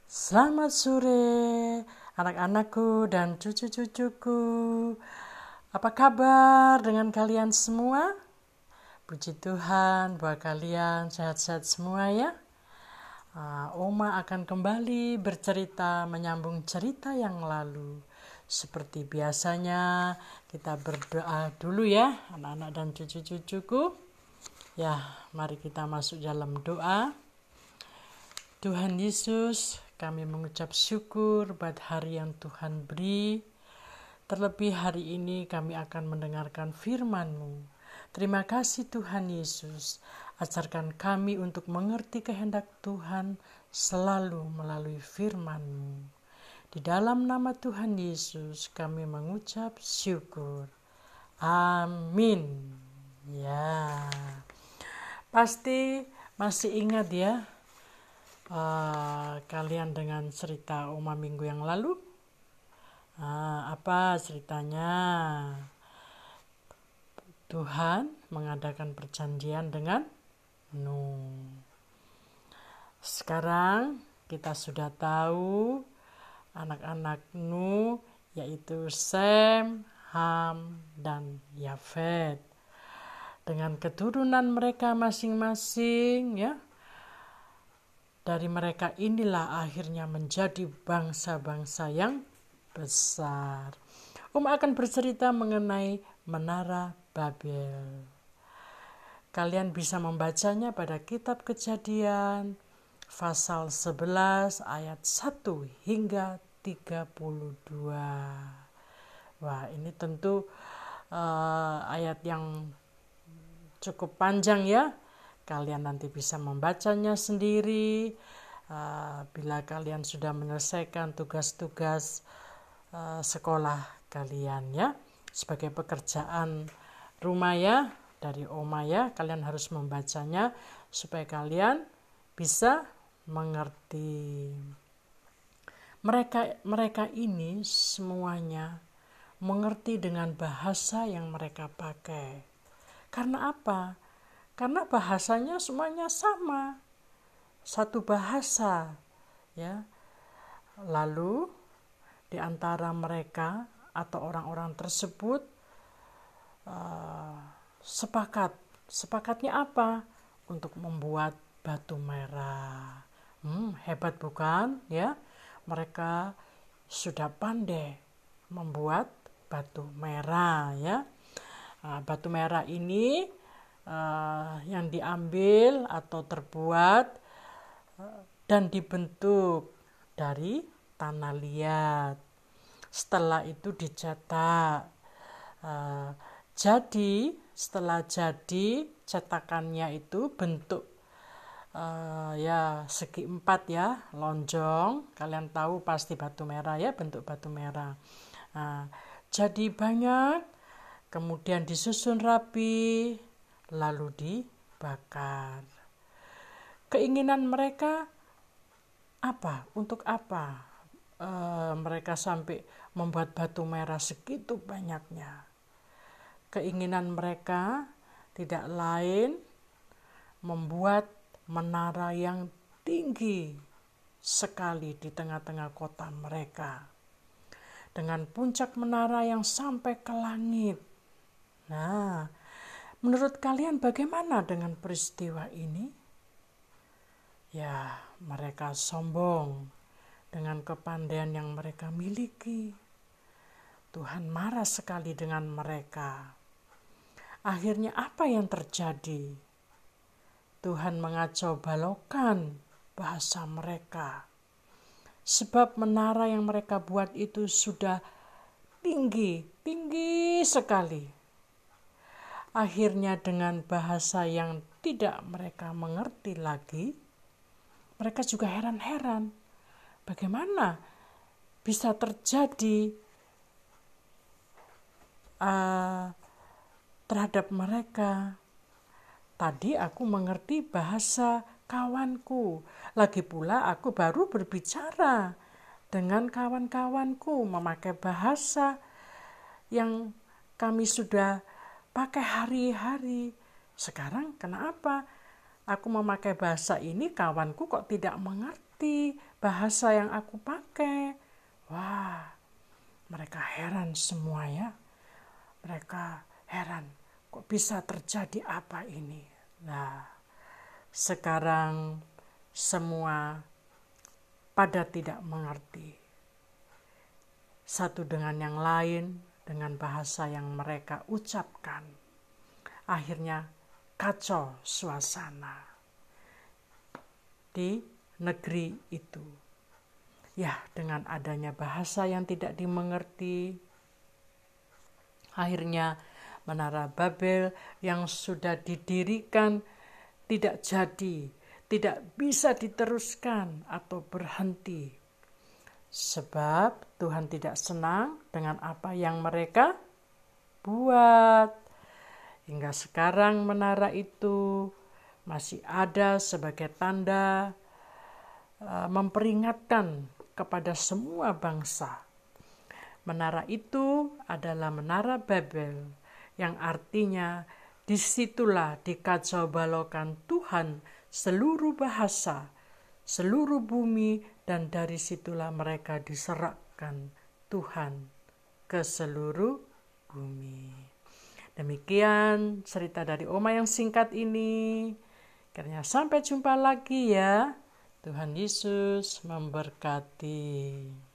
Selamat sore anak-anakku dan cucu-cucuku. Apa kabar dengan kalian semua? Puji Tuhan bahwa kalian sehat-sehat semua ya. Oma akan kembali bercerita menyambung cerita yang lalu. Seperti biasanya kita berdoa dulu ya anak-anak dan cucu-cucuku. Ya, mari kita masuk dalam doa. Tuhan Yesus, kami mengucap syukur buat hari yang Tuhan beri. Terlebih hari ini kami akan mendengarkan firman-Mu. Terima kasih Tuhan Yesus. Ajarkan kami untuk mengerti kehendak Tuhan selalu melalui firman-Mu. Di dalam nama Tuhan Yesus kami mengucap syukur. Amin. Ya, pasti masih ingat ya. Kalian dengan cerita Oma minggu yang lalu. Apa ceritanya? Tuhan mengadakan perjanjian dengan Nuh. Sekarang kita sudah tahu anak-anak Nuh yaitu Sem, Ham, dan Yafet. Dengan keturunan mereka masing-masing ya. Dari mereka inilah akhirnya menjadi bangsa-bangsa yang besar. Akan bercerita mengenai Menara Babel. Kalian bisa membacanya pada kitab Kejadian pasal 11 ayat 1 hingga 32. Wah, ini tentu ayat yang cukup panjang ya. Kalian nanti bisa membacanya sendiri bila kalian sudah menyelesaikan tugas-tugas sekolah kalian ya. Sebagai pekerjaan rumah ya, dari Oma ya, kalian harus membacanya supaya kalian bisa mengerti. Mereka ini semuanya mengerti dengan bahasa yang mereka pakai. Karena apa? Karena bahasanya semuanya sama. Satu bahasa. Ya. Lalu di antara mereka atau orang-orang tersebut sepakat. Sepakatnya apa? Untuk membuat batu merah. Hebat bukan? Ya. Mereka sudah pandai membuat batu merah ya. Batu merah ini yang diambil atau terbuat dan dibentuk dari tanah liat. Setelah itu dicetak. Jadi setelah jadi cetakannya itu bentuk ya segi 4 ya, lonjong. Kalian tahu pasti batu merah ya, bentuk batu merah. Jadi banyak, kemudian disusun rapi, lalu dibakar. Keinginan mereka apa? Untuk apa? Mereka sampai membuat batu merah segitu banyaknya. Keinginan mereka tidak lain membuat menara yang tinggi sekali di tengah-tengah kota mereka. Dengan puncak menara yang sampai ke langit. Nah, menurut kalian bagaimana dengan peristiwa ini? Ya, mereka sombong dengan kepandaian yang mereka miliki. Tuhan marah sekali dengan mereka. Akhirnya apa yang terjadi? Tuhan mengacau balaukan bahasa mereka. Sebab menara yang mereka buat itu sudah tinggi sekali. Akhirnya dengan bahasa yang tidak mereka mengerti lagi, mereka juga heran-heran. Bagaimana bisa terjadi terhadap mereka? Tadi aku mengerti bahasa kawanku. Lagi pula aku baru berbicara dengan kawan-kawanku memakai bahasa yang kami sudah pakai hari-hari. Sekarang kenapa Aku memakai bahasa ini, kawanku kok tidak mengerti bahasa yang aku pakai. Wah, mereka heran semua ya. Mereka heran, kok bisa terjadi apa ini? Nah, sekarang semua pada tidak mengerti satu dengan yang lain dengan bahasa yang mereka ucapkan. Akhirnya kacau suasana di negeri itu. Ya, dengan adanya bahasa yang tidak dimengerti, akhirnya Menara Babel yang sudah didirikan tidak jadi, tidak bisa diteruskan atau berhenti. Sebab Tuhan tidak senang dengan apa yang mereka buat. Hingga sekarang menara itu masih ada sebagai tanda memperingatkan kepada semua bangsa. Menara itu adalah Menara Babel, yang artinya disitulah dikacau balaukan Tuhan seluruh bahasa, seluruh bumi, dan dari situlah mereka diserahkan Tuhan ke seluruh bumi. Demikian cerita dari Oma yang singkat ini. Kiranya sampai jumpa lagi ya. Tuhan Yesus memberkati.